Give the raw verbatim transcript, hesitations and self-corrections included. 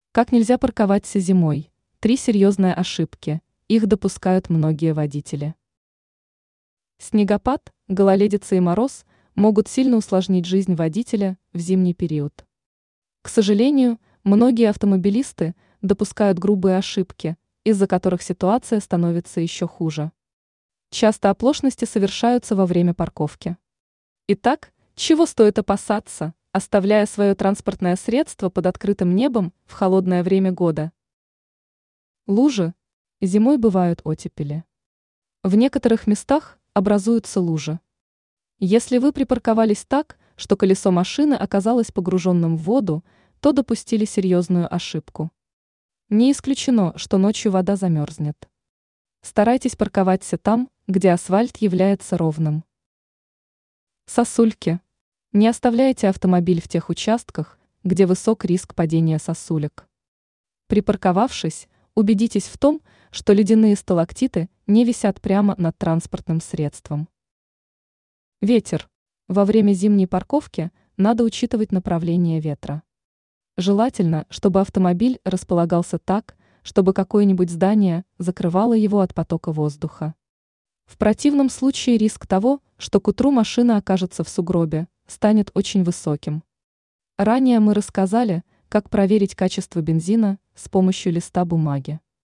Как нельзя парковаться зимой? Три серьезные ошибки. Их допускают многие водители. Снегопад, гололедица и мороз могут сильно усложнить жизнь водителя в зимний период. К сожалению, многие автомобилисты допускают грубые ошибки, из-за которых ситуация становится еще хуже. Часто оплошности совершаются во время парковки. Итак, чего стоит опасаться, оставляя свое транспортное средство под открытым небом в холодное время года? Лужи. Зимой бывают оттепели. В некоторых местах образуются лужи. Если вы припарковались так, что колесо машины оказалось погруженным в воду, то допустили серьезную ошибку. Не исключено, что ночью вода замерзнет. Старайтесь парковаться там, где асфальт является ровным. Сосульки. Не оставляйте автомобиль в тех участках, где высок риск падения сосулек. Припарковавшись, убедитесь в том, что ледяные сталактиты не висят прямо над транспортным средством. Ветер. Во время зимней парковки надо учитывать направление ветра. Желательно, чтобы автомобиль располагался так, чтобы какое-нибудь здание закрывало его от потока воздуха. В противном случае риск того, что к утру машина окажется в сугробе, станет очень высоким. Ранее мы рассказали, как проверить качество бензина с помощью листа бумаги.